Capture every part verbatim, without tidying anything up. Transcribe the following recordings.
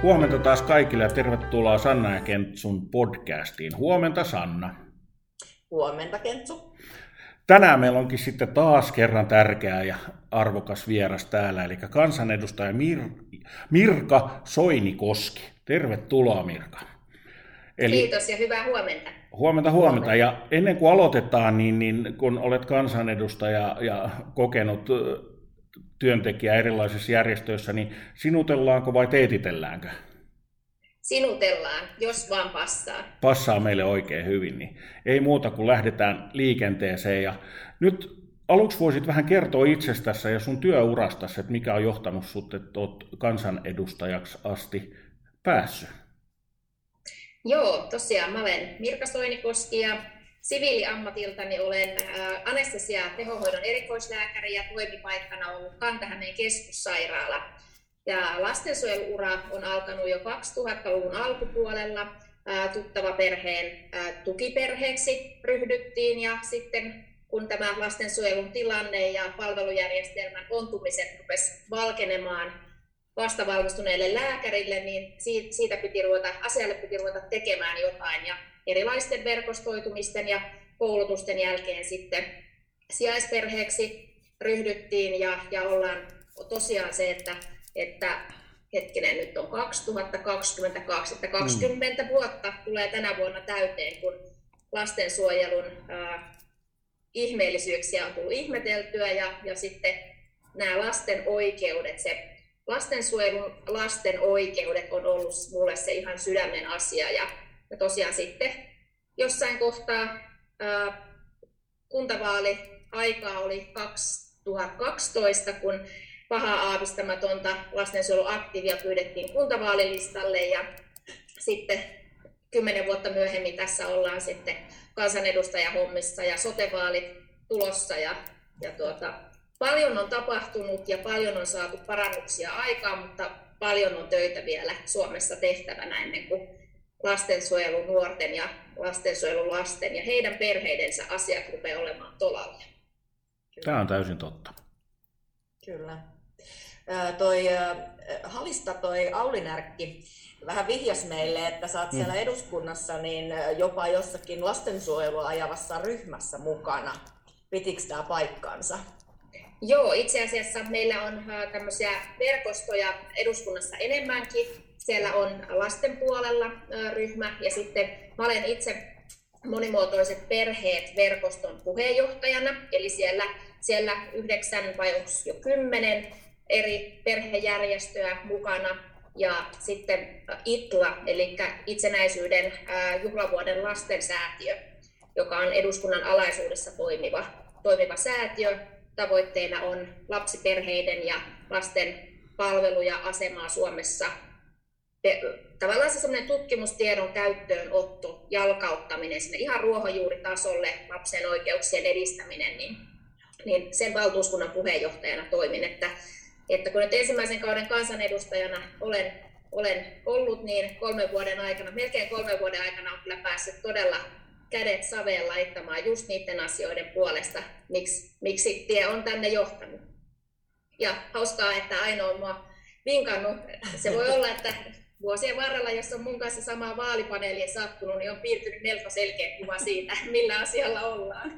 Huomenta taas kaikille ja tervetuloa Sanna ja Kentsun podcastiin. Huomenta Sanna. Huomenta Kentsu. Tänään meillä onkin sitten taas kerran tärkeä ja arvokas vieras täällä, eli kansanedustaja Mir- Mirka Soinikoski. Tervetuloa Mirka. Eli... Kiitos ja hyvää huomenta. Huomenta, huomenta. Ja ennen kuin aloitetaan, niin, niin kun olet kansanedustaja ja kokenut työntekijä erilaisissa järjestöissä, niin sinutellaanko vai teetitelläänkö? Sinutellaan, jos vaan passaa. Passaa meille oikein hyvin, niin ei muuta kuin lähdetään liikenteeseen. Ja nyt aluksi voisit vähän kertoa itsestäsi ja sun työurastasi, että mikä on johtanut sut, että olet kansanedustajaksi asti päässyt. Joo, tosiaan mä olen Mirka Soinikoski ja siviiliammatiltani olen anestesia- ja tehohoidon erikoislääkäri ja toimipaikkana ollut Kanta-Hämeen keskussairaala. Ja lastensuojeluura on alkanut jo kaksituhattaluvun alkupuolella. Tuttava perheen tukiperheeksi ryhdyttiin ja sitten kun tämä lastensuojelun tilanne ja palvelujärjestelmän ontumiset rupesi valkenemaan vastavalmistuneelle lääkärille, niin siitä piti ruveta, asialle piti ruveta tekemään jotain. Ja erilaisten verkostoitumisten ja koulutusten jälkeen sitten sijaisperheeksi ryhdyttiin ja, ja ollaan tosiaan se, että, että hetkinen, nyt on kaksituhattakaksikymmentäkaksi, että kaksikymmentä mm. vuotta tulee tänä vuonna täyteen, kun lastensuojelun äh, ihmeellisyyksiä on tullut ihmeteltyä ja, ja sitten nämä lasten oikeudet, se lastensuojelun lasten oikeudet on ollut mulle se ihan sydämen asia ja, ja tosiaan sitten jossain kohtaa ää, kuntavaali aikaa oli kaksituhattakaksitoista, kun pahaa aavistamatonta lastensuojeluaktiivia pyydettiin kuntavaalilistalle ja sitten kymmenen vuotta myöhemmin tässä ollaan sitten kansanedustajahommissa ja sotevaalit tulossa ja, ja tuota, paljon on tapahtunut ja paljon on saatu parannuksia aikaan, mutta paljon on töitä vielä Suomessa tehtävänä ennen kuin lastensuojelun nuorten ja lastensuojelun lasten ja heidän perheidensä asiat rupeaa olemaan tolalla. Tämä on täysin totta. Kyllä. Toi, Halista toi Auli Närkki vähän vihjas meille, että sä oot siellä eduskunnassa niin jopa jossakin lastensuojelua ajavassa ryhmässä mukana. Pitikö tämä paikkansa? Joo, itse asiassa meillä on tämmöisiä verkostoja eduskunnassa enemmänkin. Siellä on lasten puolella ryhmä ja sitten mä olen itse monimuotoiset perheet verkoston puheenjohtajana. Eli siellä, siellä yhdeksän vai onko jo kymmenen eri perhejärjestöä mukana. Ja sitten I T L A, eli itsenäisyyden juhlavuoden lastensäätiö, joka on eduskunnan alaisuudessa toimiva, toimiva säätiö. Tavoitteena on lapsiperheiden ja lasten palvelu ja asemaa Suomessa. Tavallaan se semmoinen tutkimustiedon käyttöönotto, jalkauttaminen sinne ihan ruohonjuuritasolle, lapsen oikeuksien edistäminen, niin, niin sen valtuuskunnan puheenjohtajana toimin. Että, että kun nyt ensimmäisen kauden kansanedustajana olen, olen ollut, niin kolmen vuoden aikana, melkein kolmen vuoden aikana on kyllä päässyt todella kädet saveen laittamaan just niiden asioiden puolesta, miksi, miksi tie on tänne johtanut. Ja hauskaa, että Aino on mua vinkannut. Se voi olla, että vuosien varrella, jos on mun kanssa samaa vaalipaneelia sattunut, niin on piirtynyt melko selkeä kuva siitä, millä asialla ollaan.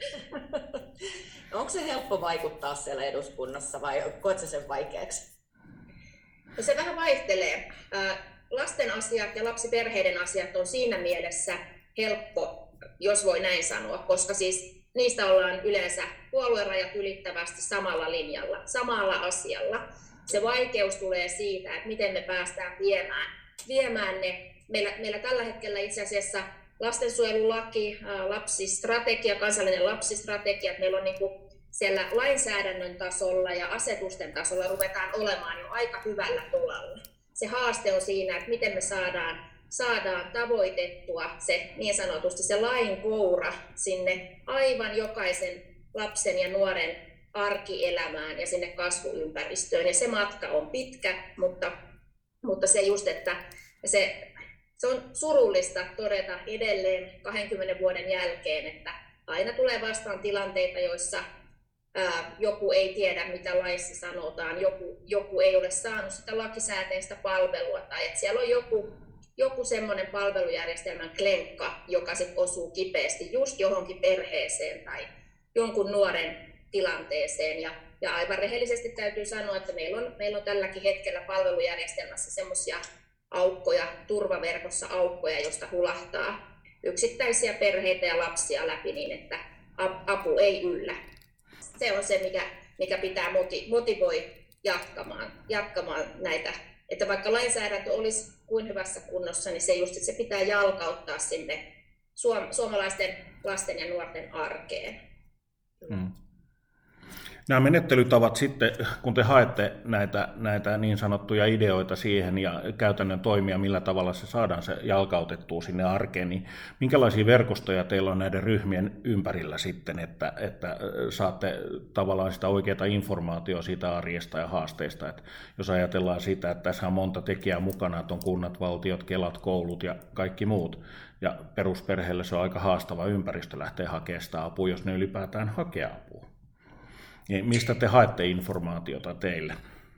No, onko se helppo vaikuttaa siellä eduskunnassa vai koetko sen vaikeaksi? No, se vähän vaihtelee. Lasten asiat ja lapsiperheiden asiat on siinä mielessä helppo, jos voi näin sanoa, koska siis niistä ollaan yleensä puoluerajat ylittävästi samalla linjalla, samalla asialla. Se vaikeus tulee siitä, että miten me päästään viemään, viemään ne. Meillä, meillä tällä hetkellä itse asiassa lastensuojelulaki, lapsistrategia, kansallinen lapsistrategia, että meillä on niin kuin siellä lainsäädännön tasolla ja asetusten tasolla ruvetaan olemaan jo aika hyvällä tolalla. Se haaste on siinä, että miten me saadaan saadaan tavoitettua se niin sanotusti se lain koura sinne aivan jokaisen lapsen ja nuoren arkielämään ja sinne kasvuympäristöön. Ja se matka on pitkä, mutta, mutta se just, että se, se on surullista todeta edelleen kahdenkymmenen vuoden jälkeen, että aina tulee vastaan tilanteita, joissa ää, joku ei tiedä, mitä laissa sanotaan, joku, joku ei ole saanut sitä lakisääteistä palvelua, tai että siellä on joku, joku semmoinen palvelujärjestelmän klenkka, joka sit osuu kipeästi just johonkin perheeseen tai jonkun nuoren tilanteeseen. Ja, ja aivan rehellisesti täytyy sanoa, että meillä on, meillä on tälläkin hetkellä palvelujärjestelmässä semmoisia aukkoja, turvaverkossa aukkoja, josta hulahtaa yksittäisiä perheitä ja lapsia läpi niin, että apu ei yllä. Se on se, mikä, mikä pitää motivoi jatkamaan, jatkamaan näitä. Että vaikka lainsäädäntö olisi kuin hyvässä kunnossa, niin se just, että se pitää jalkauttaa sinne suom- suomalaisten lasten ja nuorten arkeen. Hmm. Nämä menettelytavat sitten, kun te haette näitä, näitä niin sanottuja ideoita siihen ja käytännön toimia, millä tavalla se saadaan se jalkautettua sinne arkeen, niin minkälaisia verkostoja teillä on näiden ryhmien ympärillä sitten, että, että saatte tavallaan sitä oikeaa informaatiota siitä arjesta ja haasteista, että jos ajatellaan sitä, että tässä on monta tekijää mukana, että on kunnat, valtiot, kelat, koulut ja kaikki muut, ja perusperheelle se on aika haastava ympäristö lähteä hakemaan sitä apua, jos ne ylipäätään hakee apua. Niin mistä te haette informaatiota teille?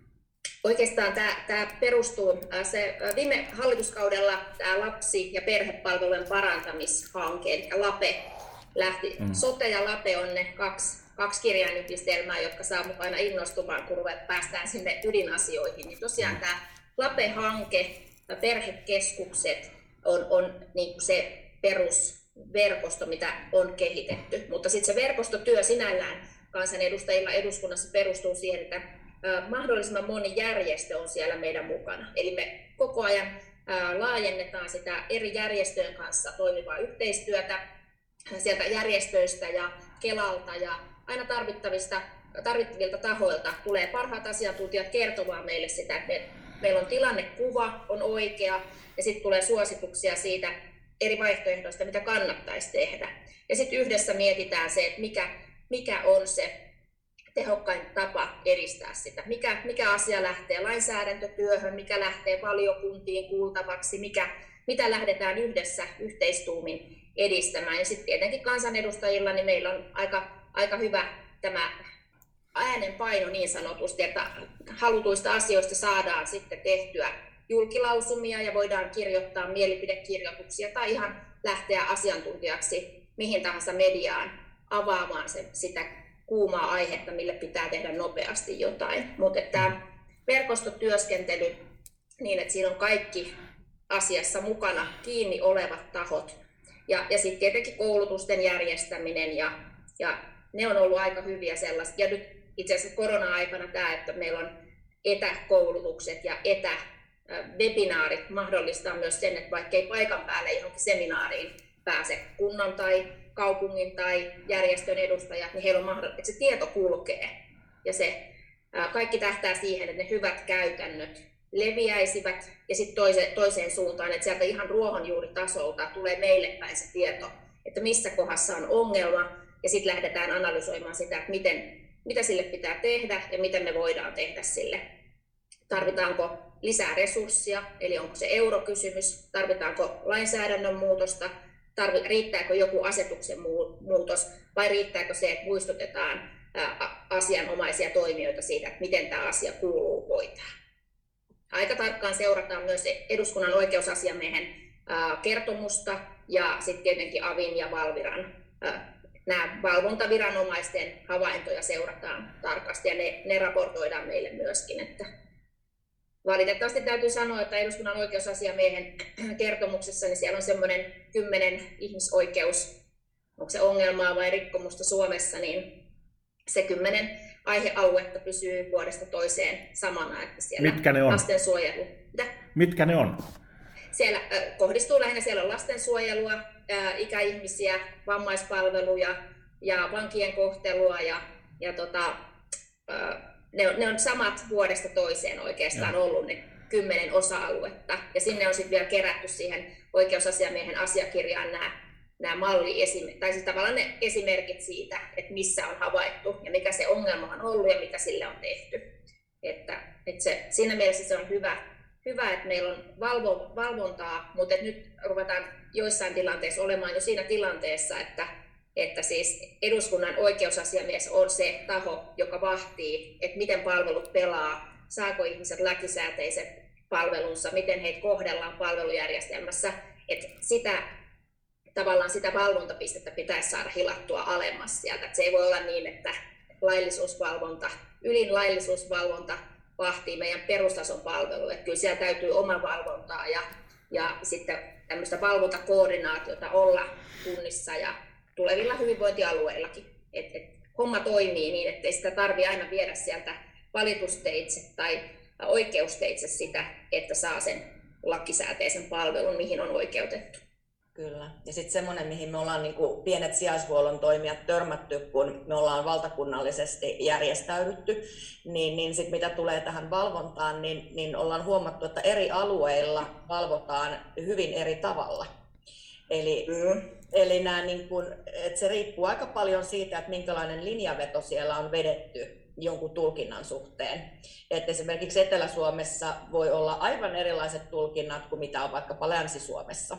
Oikeastaan tämä, tämä perustuu, se viime hallituskaudella tämä lapsi- ja perhepalvelujen parantamishanke, eli LAPE, lähti. Mm. Sote ja LAPE on ne kaksi, kaksi kirjainyhdistelmää, jotka saa mut aina innostumaan, kun päästään sinne ydinasioihin. Niin tosiaan mm. tämä LAPE-hanke, perhekeskukset on, on niin kuin se perusverkosto, mitä on kehitetty, mutta sitten se verkostotyö sinällään kansanedustajilla eduskunnassa perustuu siihen, että mahdollisimman moni järjestö on siellä meidän mukana. Eli me koko ajan laajennetaan sitä eri järjestöjen kanssa toimivaa yhteistyötä sieltä järjestöistä ja Kelalta ja aina tarvittavista, tarvittavilta tahoilta tulee parhaat asiantuntijat kertomaan meille sitä, että me, meillä on tilannekuva, on oikea ja sitten tulee suosituksia siitä eri vaihtoehdoista, mitä kannattaisi tehdä. Ja sitten yhdessä mietitään se, että mikä mikä on se tehokkain tapa edistää sitä, mikä, mikä asia lähtee lainsäädäntötyöhön, mikä lähtee valiokuntiin kuultavaksi, mikä, mitä lähdetään yhdessä yhteistuumin edistämään. Ja sitten tietenkin kansanedustajilla niin meillä on aika, aika hyvä tämä äänenpaino niin sanotusti, että halutuista asioista saadaan sitten tehtyä julkilausumia ja voidaan kirjoittaa mielipidekirjoituksia tai ihan lähteä asiantuntijaksi mihin tahansa mediaan avaamaan se, sitä kuumaa aihetta, mille pitää tehdä nopeasti jotain. Mutta tämä verkostotyöskentely niin, että siinä on kaikki asiassa mukana kiinni olevat tahot. Ja, ja sitten tietenkin koulutusten järjestäminen, ja, ja ne on ollut aika hyviä sellaisia. Ja nyt itse asiassa korona-aikana tämä, että meillä on etäkoulutukset ja etäwebinaarit mahdollistaa myös sen, että vaikka ei paikan päälle johonkin seminaariin pääse kunnan tai kaupungin tai järjestön edustajat, niin heillä on mahdollista, että se tieto kulkee. Ja se ää, kaikki tähtää siihen, että ne hyvät käytännöt leviäisivät ja sitten toise, toiseen suuntaan, että sieltä ihan ruohonjuuritasolta tulee meille päin se tieto, että missä kohdassa on ongelma, ja sitten lähdetään analysoimaan sitä, että miten, mitä sille pitää tehdä ja miten me voidaan tehdä sille. Tarvitaanko lisää resurssia, eli onko se eurokysymys, tarvitaanko lainsäädännön muutosta, Tarvi, riittääkö joku asetuksen muutos vai riittääkö se, että muistutetaan ää, asianomaisia toimijoita siitä, että miten tämä asia kuuluu hoitaa. Aika tarkkaan seurataan myös eduskunnan oikeusasiamiehen ää, kertomusta ja sitten tietenkin avin ja Valviran ää, nämä valvontaviranomaisten havaintoja seurataan tarkasti ja ne, ne raportoidaan meille myöskin. Että valitettavasti täytyy sanoa, että eduskunnan oikeusasiamiehen kertomuksessa niin siellä on semmoinen kymmenen ihmisoikeus, onko se ongelmaa vai rikkomusta Suomessa, niin se kymmenen aihealuetta pysyy vuodesta toiseen samana. Että siellä mitkä ne on? Lastensuojelu. Mitä? Mitkä ne on? Siellä äh, kohdistuu lähinnä, siellä on lastensuojelua, äh, ikäihmisiä, vammaispalveluja ja vankien kohtelua ja, ja tota, äh, Ne on, ne on samat vuodesta toiseen oikeastaan ja. ollut ne kymmenen osa-aluetta. Ja sinne on sitten vielä kerätty siihen oikeusasiamiehen asiakirjaan nämä, nämä malliesimerkit, tai siis tavallaan ne esimerkit siitä, että missä on havaittu ja mikä se ongelma on ollut ja mitä sille on tehty. Että, että se, siinä mielessä se on hyvä, hyvä että meillä on valvo, valvontaa, mutta nyt ruvetaan joissain tilanteissa olemaan jo siinä tilanteessa, että että siis eduskunnan oikeusasiamies on se taho, joka vahtii, että miten palvelut pelaa, saako ihmiset lakisääteiset palvelunsa, miten heitä kohdellaan palvelujärjestelmässä, että sitä, tavallaan sitä valvontapistettä pitäisi saada hilattua alemmas sieltä. Että se ei voi olla niin, että laillisuusvalvonta, ylin laillisuusvalvonta vahtii meidän perustason palveluja. Kyllä siellä täytyy oma valvontaa ja, ja sitten tämmöistä valvontakoordinaatiota olla kunnissa ja tulevilla hyvinvointialueillakin. Et, et homma toimii niin, ettei sitä tarvitse aina viedä sieltä valitusteitse tai oikeusteitse sitä, että saa sen lakisääteisen palvelun, mihin on oikeutettu. Kyllä. Ja sitten semmoinen, mihin me ollaan niin kuin pienet sijaishuollon toimijat törmätty, kun me ollaan valtakunnallisesti järjestäydytty, niin, niin sit mitä tulee tähän valvontaan, niin, niin ollaan huomattu, että eri alueilla valvotaan hyvin eri tavalla. Eli, mm. eli nämä, niin kuin, että se riippuu aika paljon siitä, että minkälainen linjaveto siellä on vedetty jonkun tulkinnan suhteen. Et esimerkiksi Etelä-Suomessa voi olla aivan erilaiset tulkinnat kuin mitä on vaikkapa Länsi-Suomessa.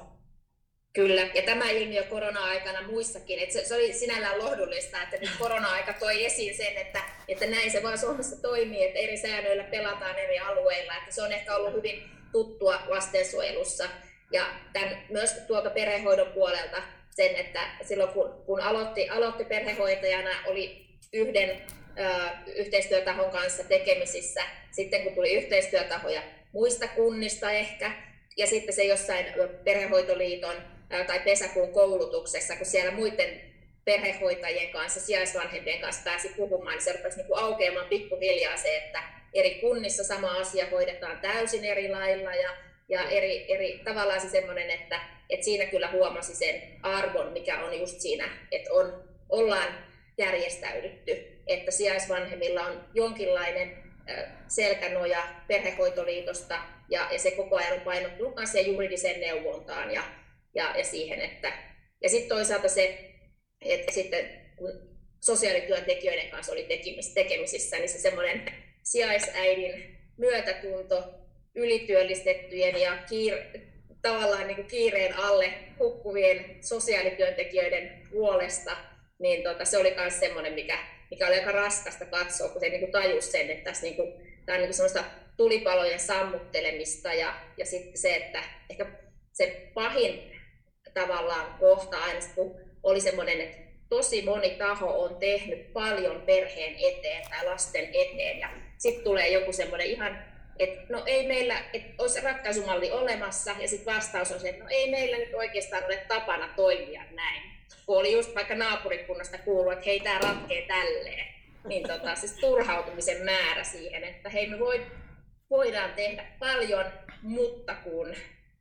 Kyllä, ja tämä ilmiö korona-aikana muissakin, että se, se oli sinällään lohdullista, että nyt korona-aika toi esiin sen, että, että näin se vaan Suomessa toimii, että eri säännöillä pelataan eri alueilla, että se on ehkä ollut hyvin tuttua lastensuojelussa. Ja tämän, myös tuolta perhehoidon puolelta sen, että silloin kun, kun aloitti, aloitti perhehoitajana, oli yhden ö, yhteistyötahon kanssa tekemisissä, sitten kun tuli yhteistyötahoja muista kunnista ehkä, ja sitten se jossain perhehoitoliiton tai pesäkuun koulutuksessa, kun siellä muiden perhehoitajien kanssa, sijaisvanhempien kanssa pääsi puhumaan, niin se rupesi niin kuin aukeamaan pikkuhiljaa se, että eri kunnissa sama asia hoidetaan täysin eri lailla ja, ja eri, eri tavallaan se semmoinen, että, että siinä kyllä huomasi sen arvon, mikä on just siinä, että on, ollaan järjestäydytty, että sijaisvanhemmilla on jonkinlainen selkänoja perhehoitoliitosta ja, ja se koko ajan on painottunut myös siihen juridiseen neuvontaan ja, ja, ja siihen, että ja sitten toisaalta se, että sitten kun sosiaalityöntekijöiden kanssa oli tekemisissä, niin se semmoinen sijaisäidin myötätunto ylityöllistettyjen ja kiir, tavallaan niin kuin kiireen alle hukkuvien sosiaalityöntekijöiden puolesta, niin tota, se oli myös semmoinen, mikä mikä oli aika raskasta katsoa, kun se niin kuin tajusi sen, että tässä niin kuin, tämä on niin kuin semmoista tulipalojen sammuttelemista ja, ja sitten se, että ehkä se pahin tavallaan kohta aina, kun oli semmoinen, että tosi moni taho on tehnyt paljon perheen eteen tai lasten eteen ja sitten tulee joku semmoinen ihan, että no ei meillä, että olisi ratkaisumalli olemassa ja sitten vastaus on se, että no ei meillä nyt oikeastaan ole tapana toimia näin. Kun oli just vaikka naapurikunnasta kuullut, että hei, tämä ratkee tälleen, niin tota, siis turhautumisen määrä siihen, että hei, me voi, voidaan tehdä paljon, mutta kun...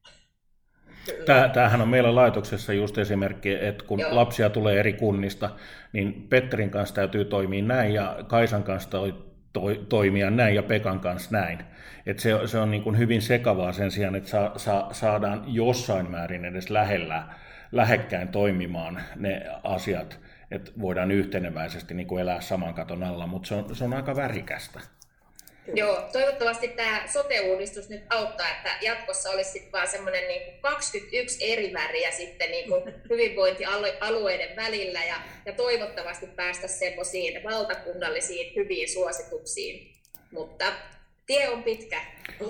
Tämähän on meillä laitoksessa just esimerkki, että kun Joo. lapsia tulee eri kunnista, niin Petterin kanssa täytyy toimia näin ja Kaisan kanssa toi, toi, toimia näin ja Pekan kanssa näin. Et se, se on niin kuin hyvin sekavaa sen sijaan, että sa, sa, saadaan jossain määrin edes lähellä lähekkäin toimimaan ne asiat, että voidaan yhteneväisesti niin kuin elää saman katon alla, mutta se on, se on aika värikästä. Joo, toivottavasti tämä sote-uudistus nyt auttaa, että jatkossa olisi sitten vaan semmoinen niin kuin kaksikymmentäyksi eri väriä sitten niin kuin hyvinvointialueiden välillä ja, ja toivottavasti päästä semmoisiin valtakunnallisiin hyviin suosituksiin, mutta tie on pitkä.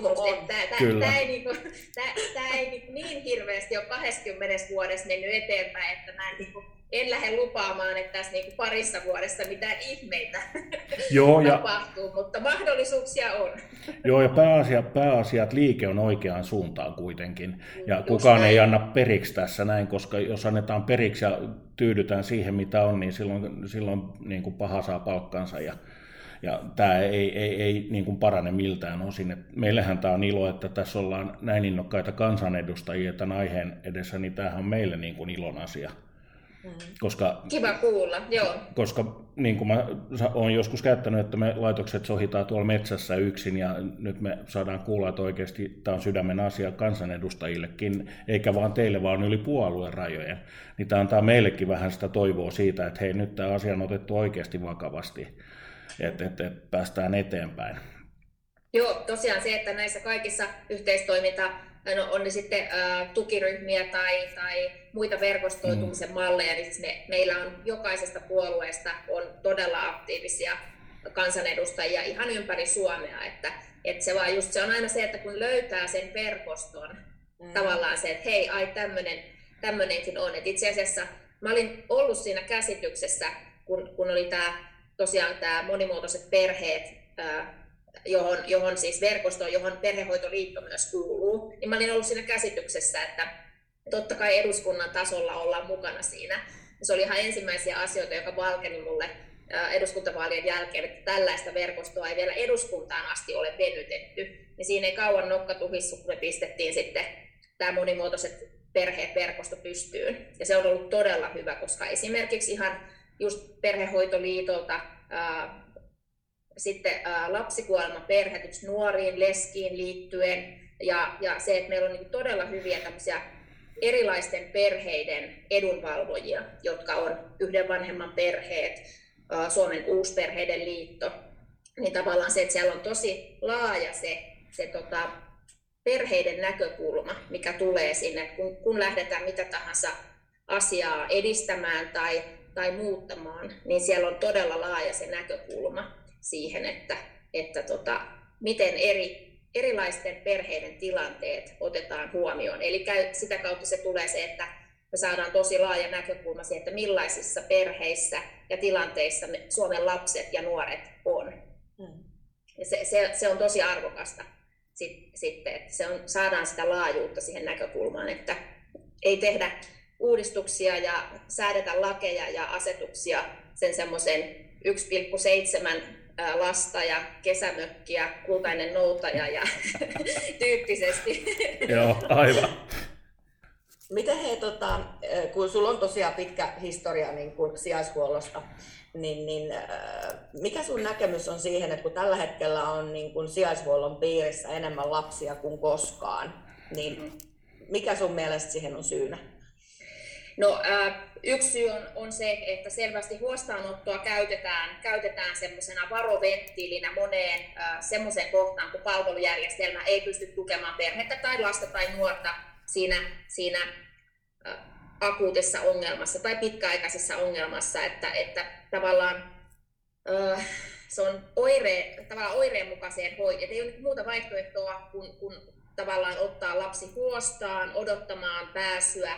Tämä ei, niinku, tää, tää ei niinku niin hirveästi ole kaksikymmentä vuodessa mennyt eteenpäin, että mä en, niinku, en lähde lupaamaan, että tässä niinku parissa vuodessa mitään ihmeitä Joo, tapahtuu, ja, mutta mahdollisuuksia on. Joo, ja pääasia, pääasia, että liike on oikeaan suuntaan kuitenkin, ja Just kukaan näin. ei anna periksi tässä näin, koska jos annetaan periksi ja tyydytään siihen, mitä on, niin silloin, silloin niin kuin paha saa palkkansa, ja Ja tämä ei, ei, ei niin kuin parane miltään osin. Et meillähän tämä on ilo, että tässä ollaan näin innokkaita kansanedustajia tämän aiheen edessä, niin tämähän on meille niin kuin ilon asia. Mm. Koska, Kiva kuulla, joo. Koska niin kuin mä olen joskus käyttänyt, että me laitokset sohitaan tuolla metsässä yksin ja nyt me saadaan kuulla, että oikeasti tämä on sydämen asia kansanedustajillekin, eikä vaan teille, vaan yli puolueen rajojen. Niin tämä antaa meillekin vähän sitä toivoa siitä, että hei, nyt tämä asia on otettu oikeasti vakavasti. Että et, et päästään eteenpäin. Joo, tosiaan se, että näissä kaikissa yhteistoiminta no on ne sitten ää, tukiryhmiä tai, tai muita verkostoitumisen malleja, niin siis me, meillä on jokaisesta puolueesta on todella aktiivisia kansanedustajia ihan ympäri Suomea, että, että se, vaan just, se on aina se, että kun löytää sen verkoston, mm. tavallaan se, että hei, ai tämmönen, tämmönenkin on. Et itse asiassa mä olin ollut siinä käsityksessä, kun, kun oli tämä tosiaan tämä monimuotoiset perheet, ää, johon, johon siis verkosto, johon Perhehoitoliitto myös kuuluu, niin mä olin ollut siinä käsityksessä, että totta kai eduskunnan tasolla ollaan mukana siinä. Se oli ihan ensimmäisiä asioita, joka valkeni mulle eduskuntavaalien jälkeen, että tällaista verkostoa ei vielä eduskuntaan asti ole venytetty. Niin siinä ei kauan nokka tuhissu, kun me pistettiin sitten tämä monimuotoiset perheet verkosto pystyyn. Ja se on ollut todella hyvä, koska esimerkiksi ihan just Perhehoitoliitolta ää, sitten ää, lapsikuolemaperheet, yksi nuoriin, leskiin liittyen, ja, ja se, että meillä on niin todella hyviä tämmöisiä erilaisten perheiden edunvalvojia, jotka on yhden vanhemman perheet, ää, Suomen Uusperheiden liitto, niin tavallaan se, että siellä on tosi laaja se, se tota, perheiden näkökulma, mikä tulee sinne, kun, kun lähdetään mitä tahansa asiaa edistämään tai, tai muuttamaan, niin siellä on todella laaja se näkökulma siihen, että, että tota, miten eri, erilaisten perheiden tilanteet otetaan huomioon. Eli käy, sitä kautta se tulee se, että me saadaan tosi laaja näkökulma siihen, että millaisissa perheissä ja tilanteissa me, Suomen lapset ja nuoret on. Mm. Ja se, se, se on tosi arvokasta sit, sitten, että se on, saadaan sitä laajuutta siihen näkökulmaan, että ei tehdä uudistuksia ja säädetä lakeja ja asetuksia sen semmoisen yksi pilkku seitsemän lasta ja kesämökkiä, kultainen noutaja ja tyyppisesti. Joo, aivan. Miten he, tota, kun sulla on tosiaan pitkä historia niin kuin sijaishuollosta, niin, niin mikä sun näkemys on siihen, että kun tällä hetkellä on niin kuin sijaishuollon piirissä enemmän lapsia kuin koskaan, niin mikä sun mielestä siihen on syynä? No, yksi syy on, on se, että selvästi huostaanottoa käytetään, käytetään semmoisena varoventtiilinä moneen semmoiseen kohtaan, kun palvelujärjestelmä ei pysty tukemaan perhettä tai lasta tai nuorta siinä, siinä akuutissa ongelmassa tai pitkäaikaisessa ongelmassa, että, että tavallaan se on oire, tavallaan oireen mukaiseen hoitoon, ei ole muuta vaihtoehtoa kuin, kuin tavallaan ottaa lapsi huostaan, odottamaan pääsyä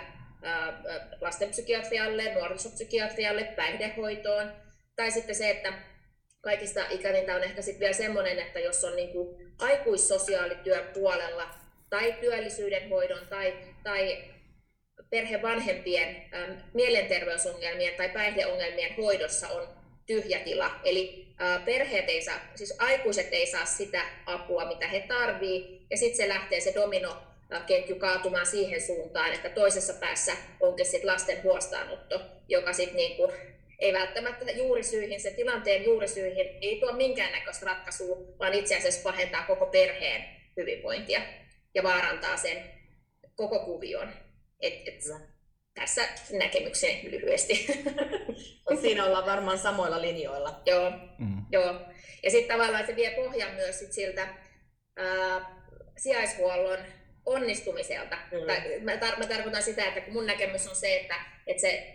lastenpsykiatrialle, nuorisopsykiatrialle, päihdehoitoon. Tai sitten se, että kaikista ikävintä on ehkä sitten vielä semmoinen, että jos on niinku aikuissosiaalityön puolella tai työllisyyden hoidon tai, tai perhevanhempien ähm, mielenterveysongelmien tai päihdeongelmien hoidossa on tyhjä tila. Eli äh, perheet ei saa, siis aikuiset ei saa sitä apua, mitä he tarvitsevat, ja sitten se lähtee se domino ketju kaatumaan siihen suuntaan, että toisessa päässä onkin sit lasten huostaanotto, joka sit niinku ei välttämättä juurisyihin, se tilanteen juurisyihin ei tuo minkäännäköistä ratkaisua, vaan itse asiassa pahentaa koko perheen hyvinvointia ja vaarantaa sen koko kuvion. Et, et, tässä näkemykseni lyhyesti. Siinä ollaan varmaan samoilla linjoilla. Joo, mm. joo. Ja sitten tavallaan se vie pohjan myös sit siltä ää, sijaishuollon onnistumiselta. Mm. Tai, mä, tar- mä tarkoitan sitä, että kun mun näkemys on se, että, että se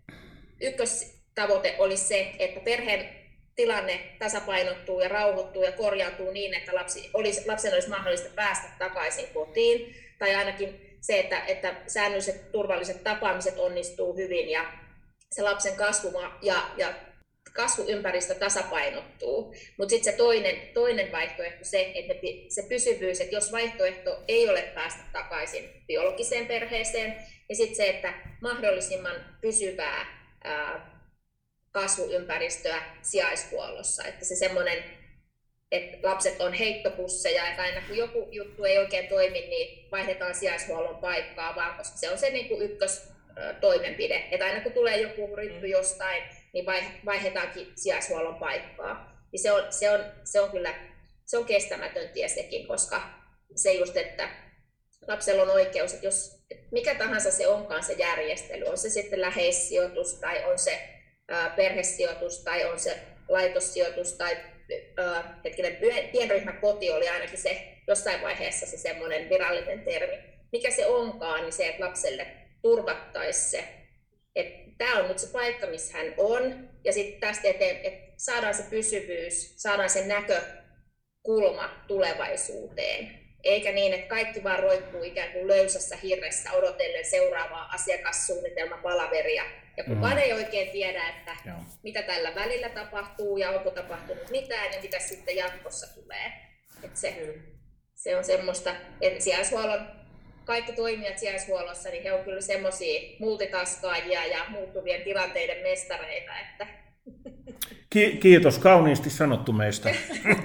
ykköstavoite olisi se, että perheen tilanne tasapainottuu ja rauhoittuu ja korjaantuu niin, että lapsi olisi, lapsen olisi mahdollista päästä takaisin kotiin. Tai ainakin se, että, että säännölliset turvalliset tapaamiset onnistuu hyvin ja se lapsen kasvu ja, ja kasvuympäristö tasapainottuu. Mutta sitten se toinen, toinen vaihtoehto, se, että se pysyvyys, että jos vaihtoehto ei ole päästä takaisin biologiseen perheeseen, ja sitten se, että mahdollisimman pysyvää ää, kasvuympäristöä sijaishuollossa, että se semmoinen, että lapset on heittopusseja, että aina kun joku juttu ei oikein toimi, niin vaihdetaan sijaishuollon paikkaa, vaan koska se on se niin kuin ykköstoimenpide, että aina kun tulee joku ryppy jostain, niin vaihdetaankin sijaishuollon paikkaa. Niin se, on, se, on, se on kyllä se on kestämätön tie sekin, koska se just, että lapsella on oikeus, että jos mikä tahansa se onkaan se järjestely, on se sitten läheissijoitus tai on se ää, perhesijoitus tai on se laitossijoitus tai äh, hetkinen, pienryhmäkoti oli ainakin se jossain vaiheessa se semmoinen virallinen termi. Mikä se onkaan, niin se, että lapselle turvattaisiin se, että tämä on nyt se paikka, missä hän on, ja sitten tästä eteen, että saadaan se pysyvyys, saadaan se näkökulma tulevaisuuteen. Eikä niin, että kaikki vaan roikkuu ikään kuin löysässä hirressä odotellen seuraavaa asiakassuunnitelmapalaveria. Ja kukaan mm. ei oikein tiedä, että Joo. mitä tällä välillä tapahtuu ja onko tapahtunut mitään ja mitä sitten jatkossa tulee. Että se, se on semmoista, että sijaishuollon, kaikki toimijat sijaishuollossa, niin he on kyllä semmoisia multitaskaajia ja muuttuvien tilanteiden mestareita. Että... Ki- kiitos, kauniisti sanottu meistä.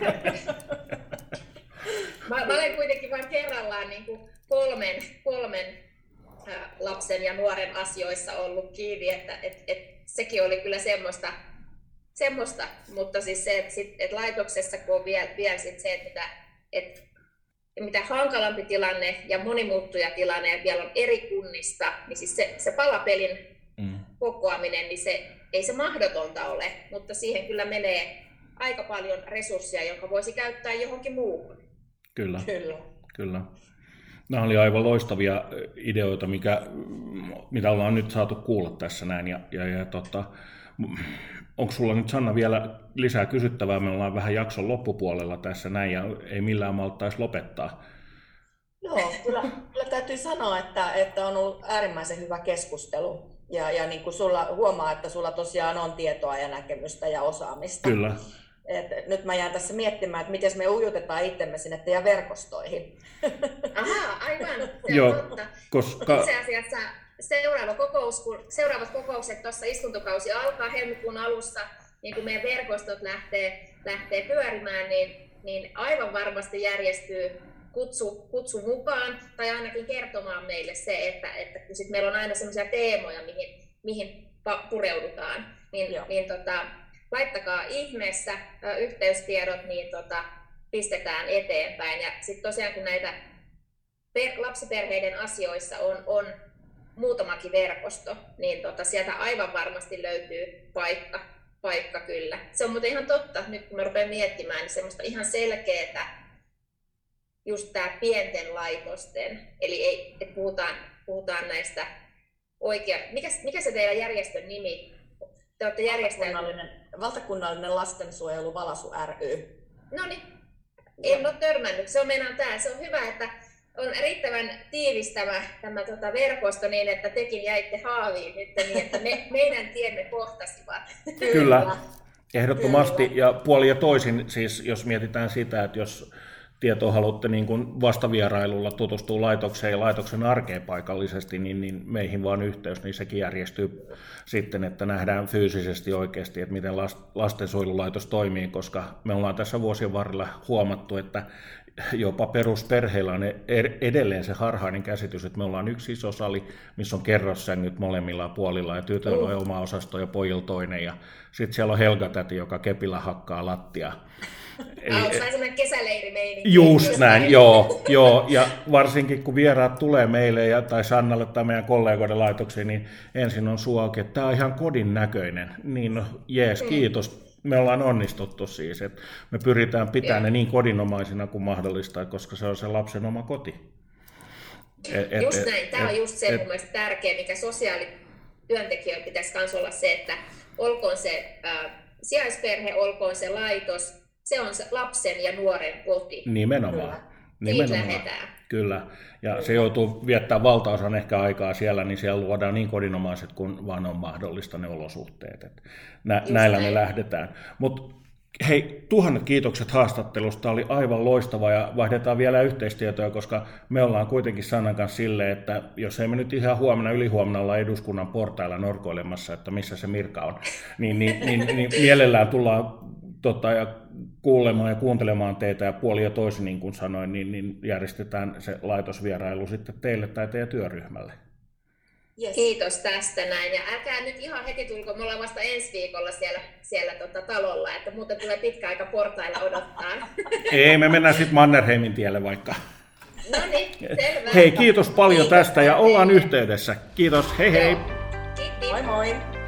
Mä, mä olen kuitenkin vain kerrallaan niin kuin kolmen, kolmen ä, lapsen ja nuoren asioissa ollut kiinni, että et, et, sekin oli kyllä semmoista, semmoista. Mutta siis se, että sit, et laitoksessa kun on vielä, vielä sit se, että mitä, et, mitä hankalampi tilanne ja monimuuttujatilanne ja vielä on eri kunnista, niin siis se, se palapelin mm. kokoaminen, niin se, ei se mahdotonta ole, mutta siihen kyllä menee aika paljon resursseja, jonka voisi käyttää johonkin muuhun. Kyllä, kyllä. kyllä. Nämä oli aivan loistavia ideoita, mikä, mitä ollaan nyt saatu kuulla tässä näin. Ja, ja, ja tota, onko sulla nyt, Sanna, vielä lisää kysyttävää? Me ollaan vähän jakson loppupuolella tässä näin ja ei millään malttaisi lopettaa. Joo, kyllä, kyllä täytyy sanoa, että, että on ollut äärimmäisen hyvä keskustelu. Ja, ja niin kuin sulla huomaa, että sulla tosiaan on tietoa ja näkemystä ja osaamista. Kyllä. Et nyt mä jään tässä miettimään, että miten me ujutetaan itsemme sinne teidän verkostoihin. Aha, aivan, se on Joo, totta. Koska... Itse asiassa seuraava kokous, kun seuraavat kokoukset tuossa istuntokausi alkaa helmikuun alussa, niin kun meidän verkostot lähtee, lähtee pyörimään, niin, niin aivan varmasti järjestyy kutsu, kutsu mukaan, tai ainakin kertomaan meille se, että, että kun sit meillä on aina sellaisia teemoja, mihin, mihin pureudutaan, niin, niin tota, laittakaa ihmeessä ä, yhteystiedot, niin tota, pistetään eteenpäin. Ja sitten tosiaan kun näitä per, lapsiperheiden asioissa on, on muutamakin verkosto, niin tota, sieltä aivan varmasti löytyy paikka, paikka kyllä. Se on muuten ihan totta, nyt kun mä rupean miettimään, niin semmoista ihan selkeää, just tämä pienten laitosten, eli ei, et puhutaan, puhutaan näistä oikea, mikä, mikä se teidän järjestön nimi? Te olette valtakunnallinen, valtakunnallinen lastensuojelu Valasu ry. No niin, en ole törmännyt. Se on meinaan tää. Se on hyvä, että on riittävän tiivis tämä, tämä tota verkosto niin, että tekin jäitte haaviin nyt niin, että me, meidän tiemme kohtasivat. Kyllä, ehdottomasti. Kyllä. Ja puoli ja toisin, siis jos mietitään sitä, että jos tietoa haluatte niin kuin vastavierailulla tutustua laitokseen ja laitoksen arkeen paikallisesti, niin, niin meihin vaan yhteys, niin sekin järjestyy sitten, että nähdään fyysisesti oikeasti, että miten lastensuojelulaitos toimii, koska me ollaan tässä vuosien varrella huomattu, että jopa perusperheillä on edelleen se harhainen käsitys, että me ollaan yksi iso sali, missä on kerrossängyt molemmilla puolilla ja tytöllä on oma osasto ja pojilla toinen ja sitten siellä on Helga-täti, joka kepillä hakkaa lattiaa. Eli, ah, onko semmoinen kesäleirimeininki? Just näin, joo, joo. Ja varsinkin kun vieraat tulee meille ja, tai Sannalle tai meidän kollegoiden laitoksiin, niin ensin on suokin, että tämä on ihan kodin näköinen. Niin no, jees, kiitos. Me ollaan onnistuttu siis, että me pyritään pitämään ne niin kodinomaisina kuin mahdollista, koska se on se lapsen oma koti. Et, just näin, et, tämä on just se et, mun mielestä tärkeä, mikä sosiaalityöntekijöillä pitäisi myös olla se, että olkoon se äh, sijaisperhe, olkoon se laitos, se on se lapsen ja nuoren koti. Nimenomaan. Nimenomaan. Kyllä. Ja Kyllä. se joutuu viettämään valtaosan ehkä aikaa siellä, niin siellä luodaan niin kodinomaiset kuin vaan on mahdollista ne olosuhteet. Että nä- näillä näin. me lähdetään. Mutta hei, tuhannet kiitokset haastattelusta. Tämä oli aivan loistava ja vaihdetaan vielä yhteistietoja, koska me ollaan kuitenkin Sannan kanssa silleen, että jos ei me nyt ihan huomenna, ylihuomenna olla eduskunnan portailla norkoilemassa, että missä se Mirka on, niin, niin, niin, niin mielellään tullaan Tota, ja kuulemaan ja kuuntelemaan teitä ja puoli ja toisin, niin kuin sanoin, niin, niin järjestetään se laitosvierailu sitten teille tai teidän työryhmälle. Yes. Kiitos tästä näin. Ja älkää nyt ihan heti tulko, me ollaan vasta ensi viikolla siellä, siellä tota, talolla, että muuten tulee pitkä aika portailla odottaa. Ei, me mennään sitten Mannerheimin tielle vaikka. No niin, selvä. Hei, kiitos paljon kiitos tästä ja ollaan yhteydessä. Kiitos, hei hei. Kiitos. Moi moi.